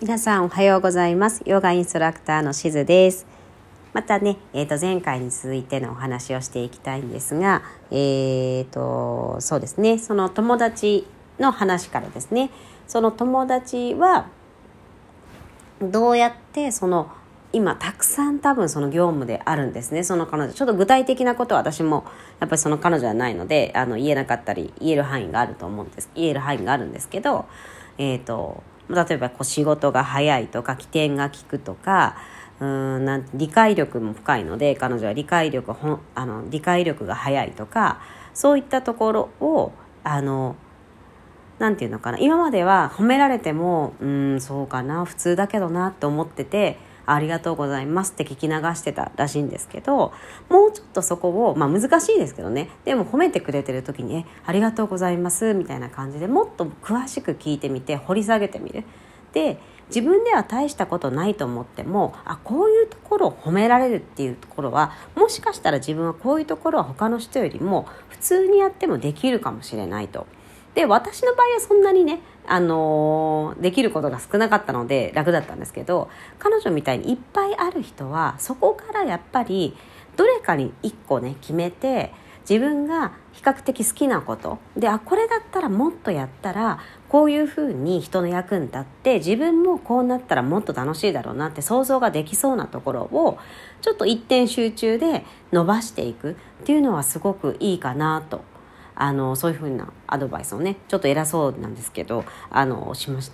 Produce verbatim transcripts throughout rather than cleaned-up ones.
皆さんおはようございます。ヨガインストラクターのしずです。またね、えー、と前回に続いてのお話をしていきたいんですが、えー、とそうですね、その友達の話からですね、その友達はどうやってその今たくさん多分その業務であるんですね。その彼女、ちょっと具体的なことは私もやっぱりその彼女はないのであの言えなかったり言える範囲があると思うんです言える範囲があるんですけど、えー、と例えばこう仕事が早いとか起点が利くとか、うーんなん理解力も深いので彼女は理解力ほんあの理解力が早いとか、そういったところをあのなんていうのかな、今までは褒められてもうーんそうかな普通だけどなって思ってて、ありがとうございますって聞き流してたらしいんですけど、もうちょっとそこを、まあ難しいですけどね、でも褒めてくれてる時にえありがとうございますみたいな感じでもっと詳しく聞いてみて掘り下げてみる。で自分では大したことないと思っても、あこういうところを褒められるっていうところはもしかしたら自分はこういうところは他の人よりも普通にやってもできるかもしれないと。で私の場合はそんなにね、あのー、できることが少なかったので楽だったんですけど、彼女みたいにいっぱいある人はそこからやっぱりどれかにいっこね決めて、自分が比較的好きなことで、あこれだったらもっとやったらこういうふうに人の役に立って自分もこうなったらもっと楽しいだろうなって想像ができそうなところをちょっと一点集中で伸ばしていくっていうのはすごくいいかなと、あのそういうふうなアドバイスをね、ちょっと偉そうなんですけどあのしました。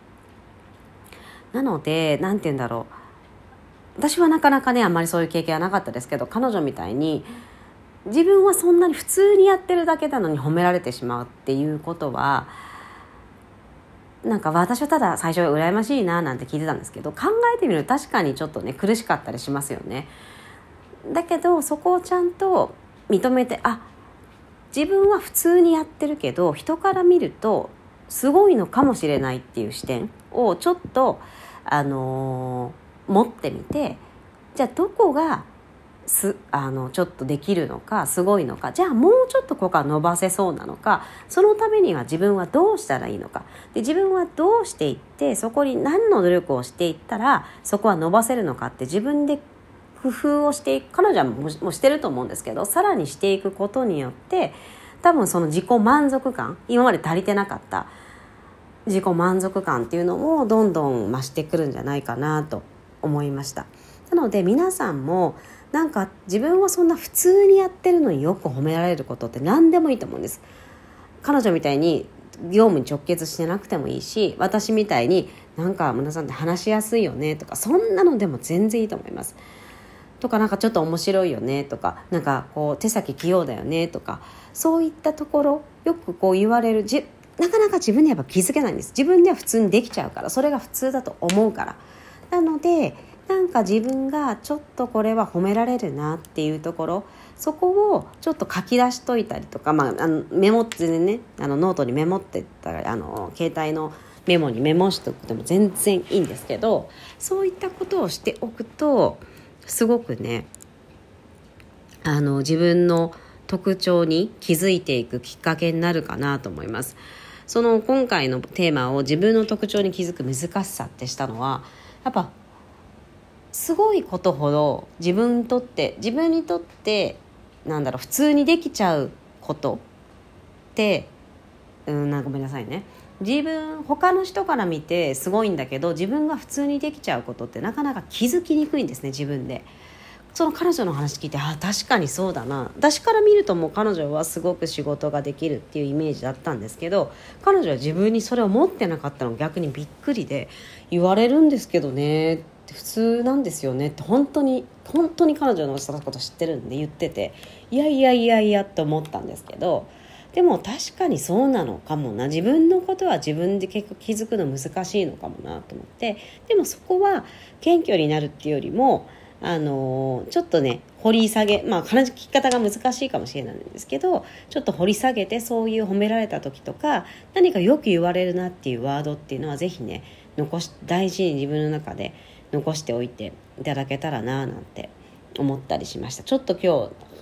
なのでなんて言うんだろう、私はなかなかねあんまりそういう経験はなかったですけど、彼女みたいに自分はそんなに普通にやってるだけなのに褒められてしまうっていうことは、なんか私はただ最初は羨ましいななんて聞いてたんですけど、考えてみると確かにちょっとね苦しかったりしますよね。だけどそこをちゃんと認めて、あ自分は普通にやってるけど人から見るとすごいのかもしれないっていう視点をちょっと、あのー、持ってみて、じゃあどこがすあのちょっとできるのかすごいのか、じゃあもうちょっとここは伸ばせそうなのか、そのためには自分はどうしたらいいのか、で自分はどうしていってそこに何の努力をしていったらそこは伸ばせるのかって自分で工夫をしていく。彼女はもうもうしてると思うんですけど、さらにしていくことによって多分その自己満足感、今まで足りてなかった自己満足感っていうのもどんどん増してくるんじゃないかなと思いました。なので皆さんもなんか自分はそんな普通にやってるのによく褒められることって何でもいいと思うんです。彼女みたいに業務に直結してなくてもいいし、私みたいになんか皆さんって話しやすいよねとか、そんなのでも全然いいと思います。とかなんかちょっと面白いよねとか、なんかこう手先器用だよねとか、そういったところよくこう言われる、じなかなか自分でやっぱ気づけないんです。自分では普通にできちゃうから、それが普通だと思うから。なのでなんか自分がちょっとこれは褒められるなっていうところ、そこをちょっと書き出しといたりとか、まあ、あのメモってね、あのノートにメモってったら、あの携帯のメモにメモしておくとも全然いいんですけど、そういったことをしておくとすごくね、あの自分の特徴に気づいていくきっかけになるかなと思います。その今回のテーマを自分の特徴に気づく難しさってしたのは、やっぱすごいことほど自分にとって自分にとってなんだろう、普通にできちゃうことってうんなんかごめんなさいね、自分他の人から見てすごいんだけど自分が普通にできちゃうことってなかなか気づきにくいんですね、自分で。その彼女の話聞いて、あ確かにそうだな、私から見るともう彼女はすごく仕事ができるっていうイメージだったんですけど、彼女は自分にそれを持ってなかったのが逆にびっくりで、言われるんですけどねって普通なんですよねって本当に本当に彼女のしたこと知ってるんで言ってて、いやいやいやいやって思ったんですけど、でも確かにそうなのかもな、自分のことは自分で結構気づくの難しいのかもなと思って、でもそこは謙虚になるっていうよりもあのちょっとね掘り下げ、まあ話聞き方が難しいかもしれないんですけど、ちょっと掘り下げて、そういう褒められた時とか何かよく言われるなっていうワードっていうのはぜひね残し大事に自分の中で残しておいていただけたらななんて思ったりしました。ちょっと今日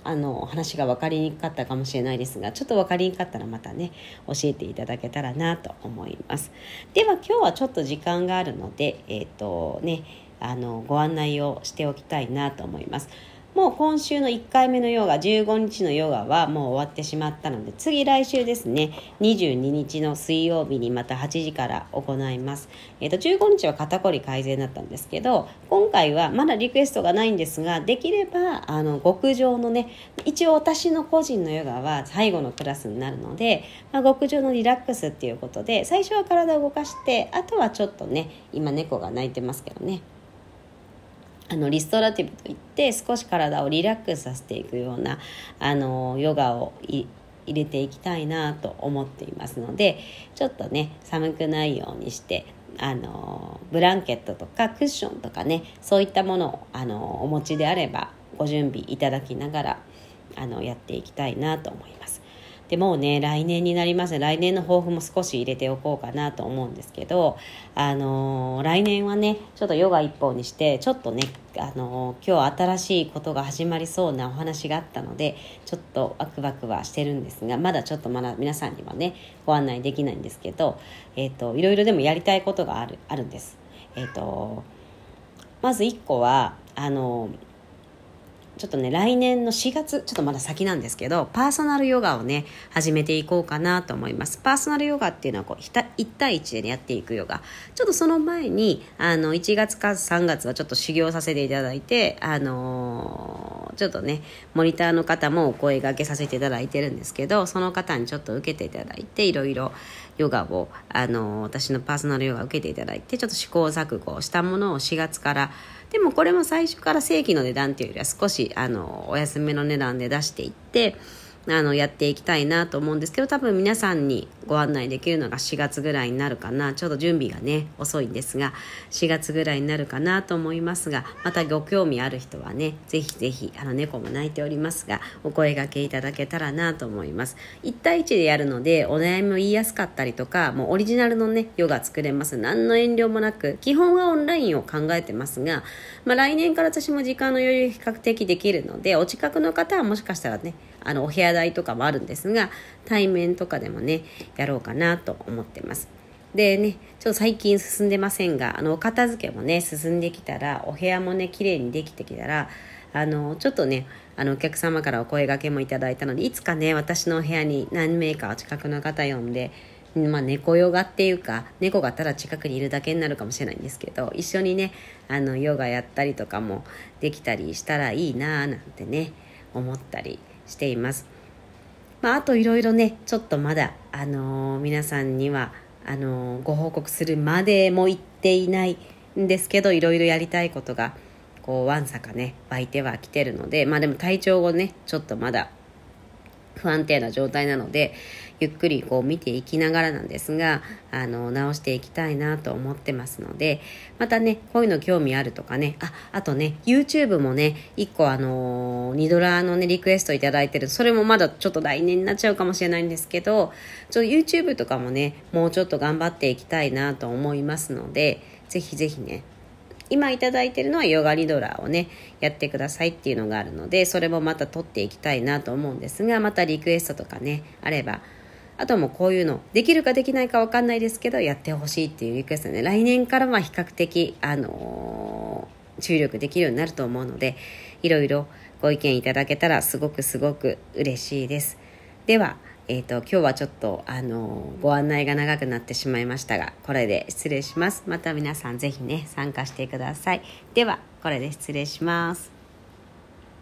あの話が分かりにくかったかもしれないですが、ちょっと分かりにくかったらまたね教えていただけたらなと思います。では今日はちょっと時間があるので、えっとねあのご案内をしておきたいなと思います。もう今週のいっかいめのヨガ、じゅうごにちのヨガはもう終わってしまったので、次来週ですね、にじゅうににちの水曜日にまたはちじから行います。えっと、じゅうごにちは肩こり改善だったんですけど、今回はまだリクエストがないんですが、できればあの極上のね、一応私の個人のヨガは最後のクラスになるので、まあ、極上のリラックスっていうことで、最初は体を動かして、あとはちょっとね、今猫が鳴いてますけどね、あのリストラティブといって少し体をリラックスさせていくようなあのヨガを入れていきたいなと思っていますので、ちょっとね寒くないようにしてあのブランケットとかクッションとかね、そういったものをあのお持ちであればご準備いただきながらあのやっていきたいなと思います。でもうね来年になりますね。来年の抱負も少し入れておこうかなと思うんですけど、あのー、来年はねちょっとヨガ一本にしてちょっとね、あのー、今日新しいことが始まりそうなお話があったので、ちょっとワクワクはしてるんですが、まだちょっとまだ皆さんにはねご案内できないんですけど、えっといろいろでもやりたいことがあるあるんです。えっとまずいっこはあのーちょっとね来年のしがつ、ちょっとまだ先なんですけど、パーソナルヨガをね始めていこうかなと思います。パーソナルヨガっていうのはこういち対いちで、ね、やっていくヨガ。ちょっとその前にあのいちがつかさんがつはちょっと修行させていただいて、あのー、ちょっとねモニターの方もお声掛けさせていただいてるんですけど、その方にちょっと受けていただいて、いろいろヨガを、あのー、私のパーソナルヨガを受けていただいて、ちょっと試行錯誤したものをしがつから、でもこれも最初から正規の値段っていうよりは少しあのお安めの値段で出していってあのやっていきたいなと思うんですけど、多分皆さんにご案内できるのがしがつぐらいになるかな。ちょっと準備がね遅いんですが、しがつぐらいになるかなと思いますが、またご興味ある人はねぜひぜひ、あの猫も泣いておりますがお声掛けいただけたらなと思います。いち対いちでやるのでお悩みも言いやすかったりとか、もうオリジナルのねヨガ作れます。何の遠慮もなく、基本はオンラインを考えてますが、まあ、来年から私も時間の余裕比較的できるので、お近くの方はもしかしたらねあのお部屋代とかもあるんですが、対面とかでもねやろうかなと思ってます。でね、ちょっと最近進んでませんが、あのお片付けもね進んできたら、お部屋もね綺麗にできてきたら、あのちょっとねあのお客様からお声掛けもいただいたので、いつかね私のお部屋に何名かお近くの方呼んで、まあ、猫ヨガっていうか、猫がただ近くにいるだけになるかもしれないんですけど、一緒にねあのヨガやったりとかもできたりしたらいいなーなんてね思ったりしています。まあ、あといろいろねちょっとまだ、あのー、皆さんにはあのー、ご報告するまでも言っていないんですけど、いろいろやりたいことがこうわんさかね湧いてはきてるので、まあでも体調をねちょっとまだ不安定な状態なので、ゆっくりこう見ていきながらなんですが、あの直していきたいなと思ってますので、またねこういうの興味あるとかね、ああとね YouTube もねいっこあのニドラのねリクエストいただいてる、それもまだちょっと来年になっちゃうかもしれないんですけど、ちょ YouTube とかもねもうちょっと頑張っていきたいなと思いますので、ぜひぜひね、今いただいているのはヨガリドラーをねやってくださいっていうのがあるので、それもまた取っていきたいなと思うんですが、またリクエストとかねあれば、あともこういうのできるかできないか分かんないですけどやってほしいっていうリクエストね、来年からは比較的あのー、注力できるようになると思うので、いろいろご意見いただけたらすごくすごく嬉しいです。ではえーと、今日はちょっとあのご案内が長くなってしまいましたが、これで失礼します。また皆さんぜひね参加してください。ではこれで失礼します。